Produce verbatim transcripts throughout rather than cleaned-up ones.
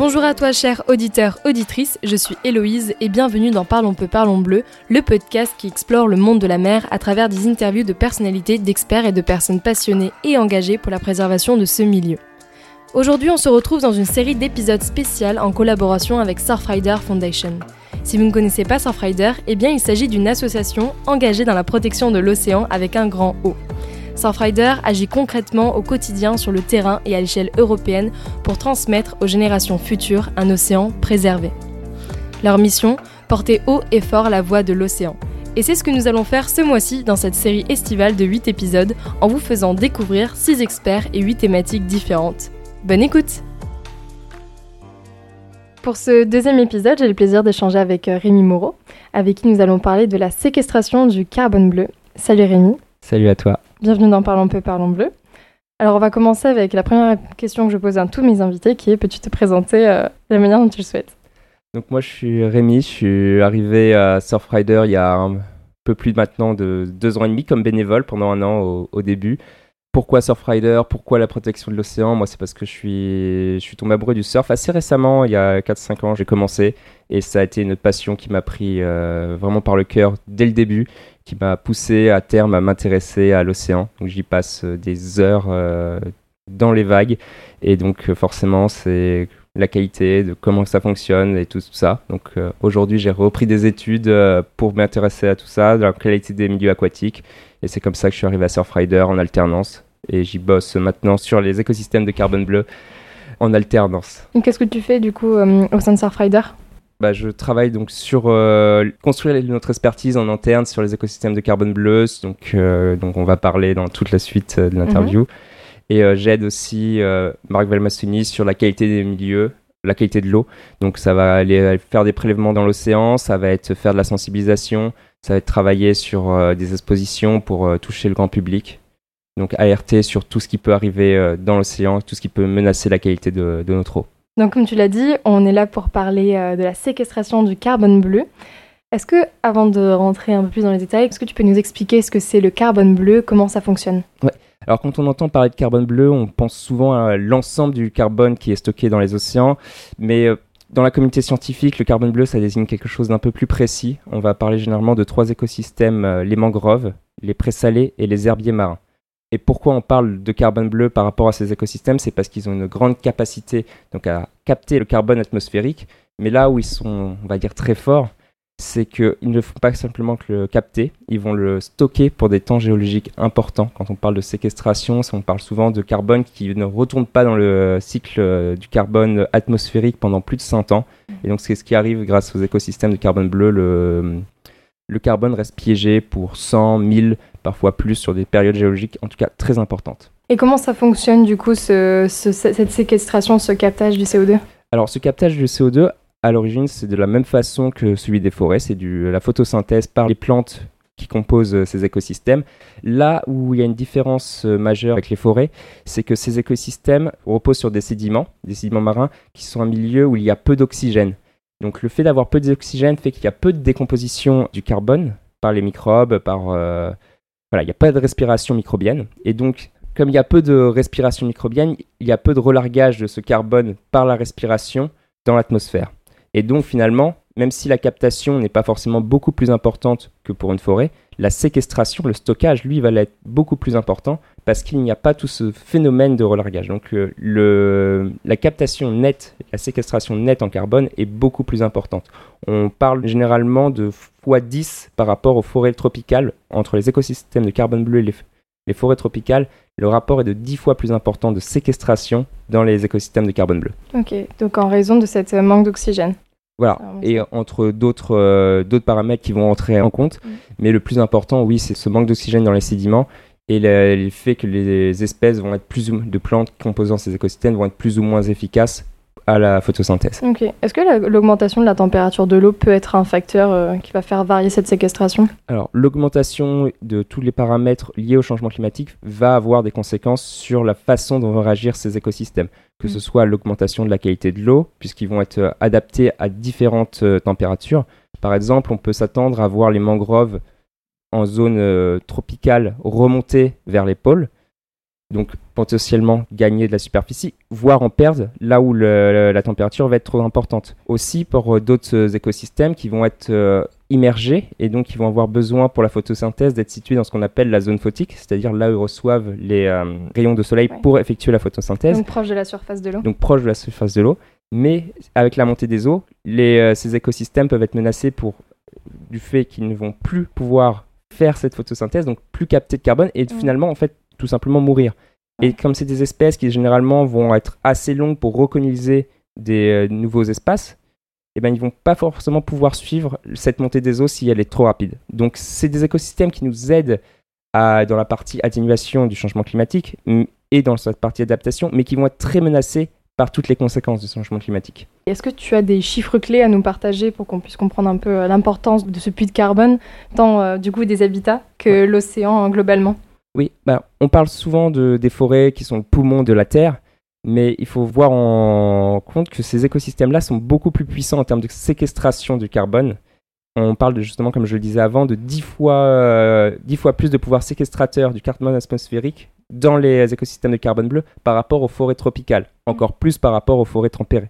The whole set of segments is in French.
Bonjour à toi chers auditeurs, auditrices, je suis Héloïse et bienvenue dans Parlons peu, parlons bleu, le podcast qui explore le monde de la mer à travers des interviews de personnalités, d'experts et de personnes passionnées et engagées pour la préservation de ce milieu. Aujourd'hui, on se retrouve dans une série d'épisodes spéciaux en collaboration avec Surfrider Foundation. Si vous ne connaissez pas Surfrider, eh bien il s'agit d'une association engagée dans la protection de l'océan avec un grand O. Surfrider agit concrètement au quotidien sur le terrain et à l'échelle européenne pour transmettre aux générations futures un océan préservé. Leur mission, porter haut et fort la voix de l'océan. Et c'est ce que nous allons faire ce mois-ci dans cette série estivale de huit épisodes en vous faisant découvrir six experts et huit thématiques différentes. Bonne écoute! Pour ce deuxième épisode, j'ai le plaisir d'échanger avec Rémi Moreau, avec qui nous allons parler de la séquestration du carbone bleu. Salut Rémi. Salut à toi. Bienvenue dans Parlons peu, parlons bleu. Alors on va commencer avec la première question que je pose à tous mes invités, qui est peux-tu te présenter euh, de la manière dont tu le souhaites? Donc moi je suis Rémi, je suis arrivé à Surfrider il y a un peu plus maintenant de deux ans et demi comme bénévole pendant un an au, au début. Pourquoi Surfrider? Pourquoi la protection de l'océan? Moi c'est parce que je suis, je suis tombé amoureux du surf assez récemment, il y a quatre cinq ans j'ai commencé et ça a été une passion qui m'a pris euh, vraiment par le cœur dès le début, qui m'a poussé à terme à m'intéresser à l'océan. Donc j'y passe des heures euh, dans les vagues et donc forcément c'est la qualité de comment ça fonctionne et tout, tout ça. Donc euh, aujourd'hui j'ai repris des études euh, pour m'intéresser à tout ça, de la qualité des milieux aquatiques et c'est comme ça que je suis arrivé à Surfrider en alternance et j'y bosse maintenant sur les écosystèmes de carbone bleu en alternance. Et qu'est-ce que tu fais du coup euh, au sein de Surfrider? Bah, je travaille donc sur euh, construire notre expertise en interne sur les écosystèmes de carbone bleu, donc, euh, donc on va parler dans toute la suite euh, de l'interview. Mmh. Et euh, j'aide aussi euh, Marc Valmassoni sur la qualité des milieux, la qualité de l'eau. Donc ça va aller faire des prélèvements dans l'océan, ça va être faire de la sensibilisation, ça va être travailler sur euh, des expositions pour euh, toucher le grand public. Donc alerter sur tout ce qui peut arriver euh, dans l'océan, tout ce qui peut menacer la qualité de, de notre eau. Donc comme tu l'as dit, on est là pour parler euh, de la séquestration du carbone bleu. Est-ce que, avant de rentrer un peu plus dans les détails, est-ce que tu peux nous expliquer ce que c'est le carbone bleu, comment ça fonctionne? Ouais. Alors quand on entend parler de carbone bleu, on pense souvent à l'ensemble du carbone qui est stocké dans les océans, mais euh, dans la communauté scientifique, le carbone bleu, ça désigne quelque chose d'un peu plus précis. On va parler généralement de trois écosystèmes, euh, les mangroves, les présalés et les herbiers marins. Et pourquoi on parle de carbone bleu par rapport à ces écosystèmes? C'est parce qu'ils ont une grande capacité donc, à capter le carbone atmosphérique. Mais là où ils sont, on va dire, très forts, c'est qu'ils ne font pas simplement que le capter, ils vont le stocker pour des temps géologiques importants. Quand on parle de séquestration, on parle souvent de carbone qui ne retourne pas dans le cycle du carbone atmosphérique pendant plus de cent ans. Et donc c'est ce qui arrive grâce aux écosystèmes de carbone bleu. Le, le carbone reste piégé pour cent, mille, parfois plus sur des périodes géologiques, en tout cas très importantes. Et comment ça fonctionne du coup, ce, ce, cette séquestration, ce captage du C O deux? Alors ce captage du C O deux, à l'origine, c'est de la même façon que celui des forêts, c'est du, la photosynthèse par les plantes qui composent ces écosystèmes. Là où il y a une différence majeure avec les forêts, c'est que ces écosystèmes reposent sur des sédiments, des sédiments marins, qui sont un milieu où il y a peu d'oxygène. Donc le fait d'avoir peu d'oxygène fait qu'il y a peu de décomposition du carbone par les microbes, par... Euh, voilà, il n'y a pas de respiration microbienne. Et donc, comme il y a peu de respiration microbienne, il y a peu de relargage de ce carbone par la respiration dans l'atmosphère. Et donc finalement, même si la captation n'est pas forcément beaucoup plus importante que pour une forêt, la séquestration, le stockage, lui, va être beaucoup plus important parce qu'il n'y a pas tout ce phénomène de relargage. Donc euh, le, la captation nette, la séquestration nette en carbone est beaucoup plus importante. On parle généralement de fois dix par rapport aux forêts tropicales. Entre les écosystèmes de carbone bleu et les, les forêts tropicales, le rapport est de dix fois plus important de séquestration dans les écosystèmes de carbone bleu. Ok, donc en raison de cette manque d'oxygène. Voilà, et entre d'autres, euh, d'autres paramètres qui vont entrer en compte, mmh. mais le plus important, oui, c'est ce manque d'oxygène dans les sédiments et le, le fait que les espèces vont être plus ou, de plantes composant ces écosystèmes vont être plus ou moins efficaces à la photosynthèse. Ok. Est-ce que la, l'augmentation de la température de l'eau peut être un facteur euh, qui va faire varier cette séquestration? Alors, l'augmentation de tous les paramètres liés au changement climatique va avoir des conséquences sur la façon dont vont réagir ces écosystèmes, que mmh. ce soit l'augmentation de la qualité de l'eau, puisqu'ils vont être adaptés à différentes euh, températures. Par exemple, on peut s'attendre à voir les mangroves en zone euh, tropicale remonter vers les pôles, donc potentiellement gagner de la superficie, voire en perdre là où le, la température va être trop importante. Aussi pour euh, d'autres écosystèmes qui vont être euh, immergés et donc qui vont avoir besoin pour la photosynthèse d'être situés dans ce qu'on appelle la zone photique, c'est-à-dire là où ils reçoivent les euh, rayons de soleil ouais. pour effectuer la photosynthèse. Donc proche de la surface de l'eau. Donc proche de la surface de l'eau. Mais avec la montée des eaux, les, euh, ces écosystèmes peuvent être menacés pour, du fait qu'ils ne vont plus pouvoir faire cette photosynthèse, donc plus capter de carbone et mmh. finalement en fait tout simplement mourir. Ouais. Et comme c'est des espèces qui généralement vont être assez longues pour recoloniser des euh, nouveaux espaces, eh ben, ils ne vont pas forcément pouvoir suivre cette montée des eaux si elle est trop rapide. Donc c'est des écosystèmes qui nous aident à, dans la partie atténuation du changement climatique et dans cette partie adaptation, mais qui vont être très menacés par toutes les conséquences du changement climatique. Est-ce que tu as des chiffres clés à nous partager pour qu'on puisse comprendre un peu l'importance de ce puits de carbone, tant euh, du coup des habitats que ouais. l'océan euh, globalement ? Oui, bah, on parle souvent de, des forêts qui sont le poumon de la Terre, mais il faut voir en compte que ces écosystèmes-là sont beaucoup plus puissants en termes de séquestration du carbone. On parle de, justement, comme je le disais avant, de dix fois, euh, dix fois plus de pouvoir séquestrateur du carbone atmosphérique dans les écosystèmes de carbone bleu par rapport aux forêts tropicales, encore plus par rapport aux forêts tempérées.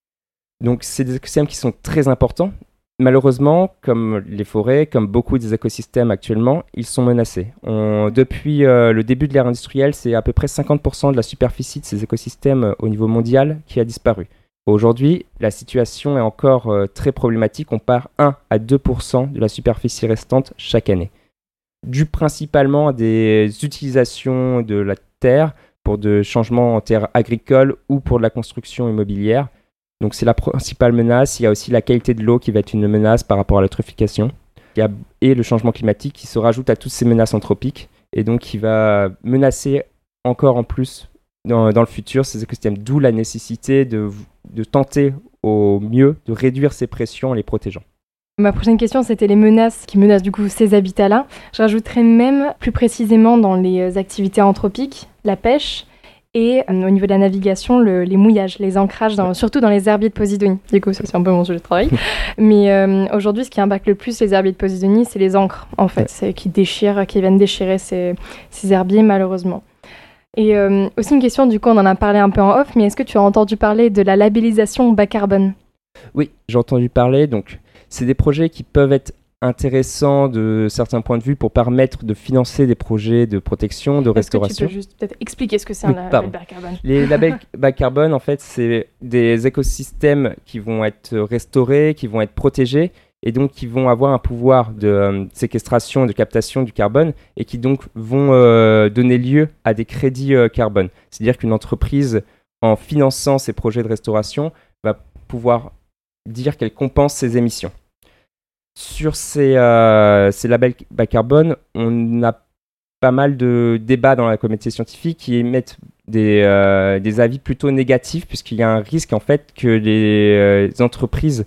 Donc c'est des écosystèmes qui sont très importants. Malheureusement, comme les forêts, comme beaucoup des écosystèmes actuellement, ils sont menacés. On, depuis euh, le début de l'ère industrielle, c'est à peu près cinquante pour cent de la superficie de ces écosystèmes euh, au niveau mondial qui a disparu. Aujourd'hui, la situation est encore euh, très problématique. On perd un à deux pour cent de la superficie restante chaque année, dû principalement à des utilisations de la terre pour de changements en terres agricoles ou pour de la construction immobilière. Donc c'est la principale menace. Il y a aussi la qualité de l'eau qui va être une menace par rapport à l'eutrophication. Il y a, et le changement climatique qui se rajoute à toutes ces menaces anthropiques et donc qui va menacer encore en plus dans, dans le futur ces écosystèmes. D'où la nécessité de, de tenter au mieux de réduire ces pressions en les protégeant. Ma prochaine question, c'était les menaces qui menacent du coup ces habitats-là. Je rajouterais même plus précisément dans les activités anthropiques, la pêche et euh, au niveau de la navigation, le, les mouillages, les ancrages, dans, surtout dans les herbiers de Posidonie. Du coup, ça c'est un peu mon sujet de travail. Mais euh, aujourd'hui, ce qui impacte le plus les herbiers de Posidonie, c'est les ancres, en fait, ouais. c'est, qui déchirent, qui viennent déchirer ces, ces herbiers, malheureusement. Et euh, aussi une question, du coup, on en a parlé un peu en off, mais est-ce que tu as entendu parler de la labellisation bas carbone ? Oui, j'ai entendu parler, donc c'est des projets qui peuvent être intéressants de certains points de vue pour permettre de financer des projets de protection, de Est-ce restauration. Que tu peux juste peut-être expliquer ce que c'est oui, un label bas carbone ? Les labels bas carbone, en fait, c'est des écosystèmes qui vont être restaurés, qui vont être protégés et donc qui vont avoir un pouvoir de euh, séquestration, de captation du carbone et qui donc vont euh, donner lieu à des crédits euh, carbone. C'est-à-dire qu'une entreprise, en finançant ses projets de restauration, va pouvoir dire qu'elle compense ses émissions. Sur ces, euh, ces labels bas carbone, on a pas mal de débats dans la communauté scientifique qui émettent des, euh, des avis plutôt négatifs puisqu'il y a un risque en fait que les, euh, les entreprises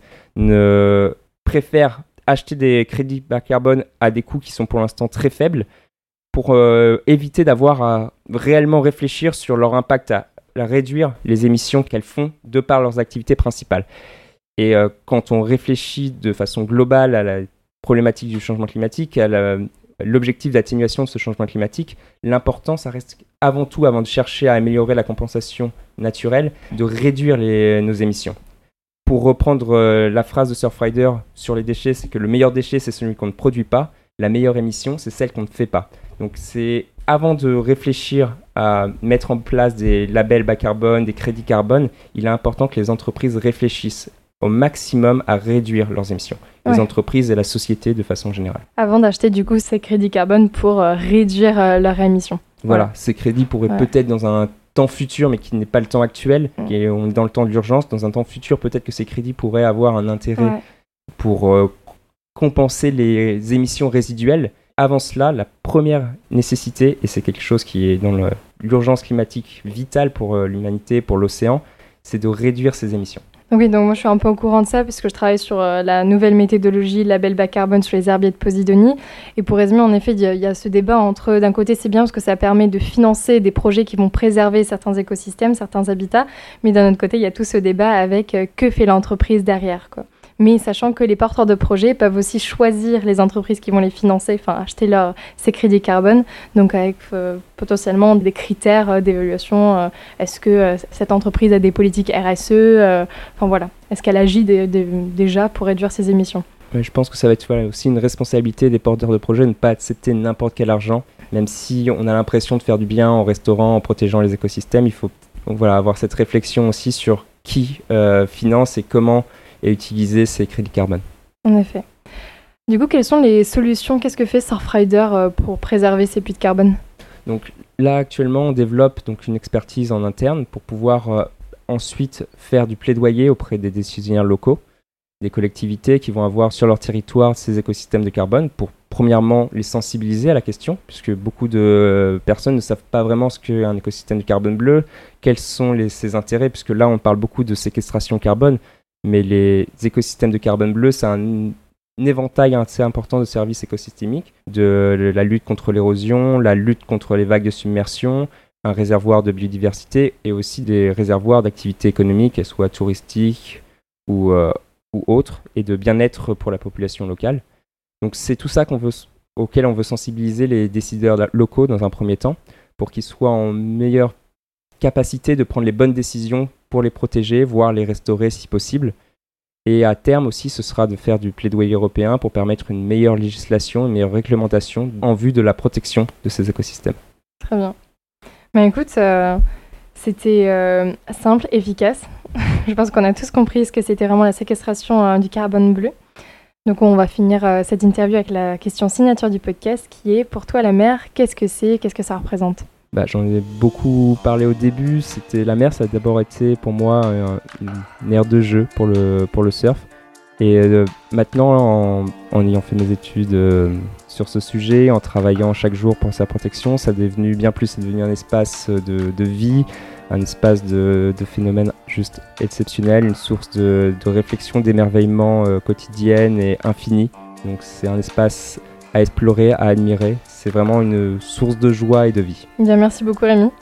ne préfèrent acheter des crédits bas carbone à des coûts qui sont pour l'instant très faibles pour euh, éviter d'avoir à réellement réfléchir sur leur impact à, à réduire les émissions qu'elles font de par leurs activités principales. Et euh, quand on réfléchit de façon globale à la problématique du changement climatique, à la, l'objectif d'atténuation de ce changement climatique, l'important, ça reste avant tout, avant de chercher à améliorer la compensation naturelle, de réduire les, nos émissions. Pour reprendre euh, la phrase de Surfrider sur les déchets, c'est que le meilleur déchet, c'est celui qu'on ne produit pas. La meilleure émission, c'est celle qu'on ne fait pas. Donc c'est avant de réfléchir à mettre en place des labels bas carbone, des crédits carbone, il est important que les entreprises réfléchissent au maximum à réduire leurs émissions. Les ouais. entreprises et la société de façon générale. Avant d'acheter du coup ces crédits carbone pour euh, réduire euh, leurs émissions. Voilà, ouais. ces crédits pourraient ouais. peut-être dans un temps futur, mais qui n'est pas le temps actuel, mmh. et on est dans le temps de l'urgence, dans un temps futur, peut-être que ces crédits pourraient avoir un intérêt ouais. pour euh, compenser les émissions résiduelles. Avant cela, la première nécessité, et c'est quelque chose qui est dans le, l'urgence climatique vitale pour euh, l'humanité, pour l'océan, c'est de réduire ces émissions. Oui, donc moi je suis un peu au courant de ça puisque je travaille sur euh, la nouvelle méthodologie label bas carbone sur les herbiers de Posidonie. Et pour résumer, en effet, il y, y a ce débat entre, d'un côté c'est bien parce que ça permet de financer des projets qui vont préserver certains écosystèmes, certains habitats, mais d'un autre côté il y a tout ce débat avec euh, que fait l'entreprise derrière, quoi. mais sachant que les porteurs de projets peuvent aussi choisir les entreprises qui vont les financer, enfin acheter leur, ces crédits carbone, donc avec euh, potentiellement des critères euh, d'évaluation. Euh, est-ce que euh, cette entreprise a des politiques R S E euh, Enfin voilà, est-ce qu'elle agit de, de, déjà pour réduire ses émissions? Ouais, je pense que ça va être voilà, aussi une responsabilité des porteurs de projets de ne pas accepter n'importe quel argent, même si on a l'impression de faire du bien en restaurant, en protégeant les écosystèmes. Il faut donc, voilà, avoir cette réflexion aussi sur qui euh, finance et comment est utilisé ces crédits carbone. En effet. Du coup, quelles sont les solutions? Qu'est-ce que fait Surfrider euh, pour préserver ces puits de carbone? Donc là, actuellement, on développe donc, une expertise en interne pour pouvoir euh, ensuite faire du plaidoyer auprès des décisionnaires locaux, des collectivités qui vont avoir sur leur territoire ces écosystèmes de carbone pour, premièrement, les sensibiliser à la question, puisque beaucoup de personnes ne savent pas vraiment ce qu'est un écosystème de carbone bleu, quels sont les, ses intérêts, puisque là, on parle beaucoup de séquestration carbone, mais les écosystèmes de carbone bleu, c'est un, un éventail assez important de services écosystémiques, de la lutte contre l'érosion, la lutte contre les vagues de submersion, un réservoir de biodiversité et aussi des réservoirs d'activité économique, qu'elles soient touristiques ou... Euh, ou autres, et de bien-être pour la population locale. Donc c'est tout ça qu'on veut, auquel on veut sensibiliser les décideurs locaux dans un premier temps, pour qu'ils soient en meilleure capacité de prendre les bonnes décisions pour les protéger, voire les restaurer si possible. Et à terme aussi, ce sera de faire du plaidoyer européen pour permettre une meilleure législation, une meilleure réglementation en vue de la protection de ces écosystèmes. Très bien. Ben écoute, euh, c'était euh, simple, efficace. Je pense qu'on a tous compris ce que c'était vraiment la séquestration euh, du carbone bleu. Donc on va finir euh, cette interview avec la question signature du podcast qui est, pour toi la mer, qu'est-ce que c'est, qu'est-ce que ça représente? Bah, j'en ai beaucoup parlé au début. C'était la mer, ça a d'abord été pour moi un, une aire de jeu pour le, pour le surf. Et euh, maintenant, en, en ayant fait mes études euh, sur ce sujet, en travaillant chaque jour pour sa protection, ça est devenu bien plus, c'est devenu un espace de, de vie, un espace de, de phénomènes juste exceptionnels, une source de, de réflexion, d'émerveillement euh, quotidienne et infinie. Donc c'est un espace à explorer, à admirer. C'est vraiment une source de joie et de vie. Bien, merci beaucoup Rémi.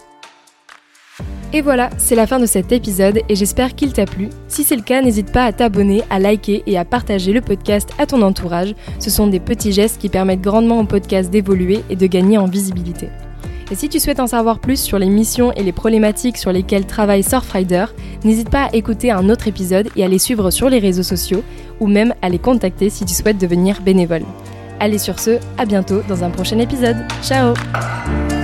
Et voilà, c'est la fin de cet épisode et j'espère qu'il t'a plu. Si c'est le cas, n'hésite pas à t'abonner, à liker et à partager le podcast à ton entourage. Ce sont des petits gestes qui permettent grandement au podcast d'évoluer et de gagner en visibilité. Et si tu souhaites en savoir plus sur les missions et les problématiques sur lesquelles travaille Surfrider, n'hésite pas à écouter un autre épisode et à les suivre sur les réseaux sociaux ou même à les contacter si tu souhaites devenir bénévole. Allez sur ce, à bientôt dans un prochain épisode. Ciao!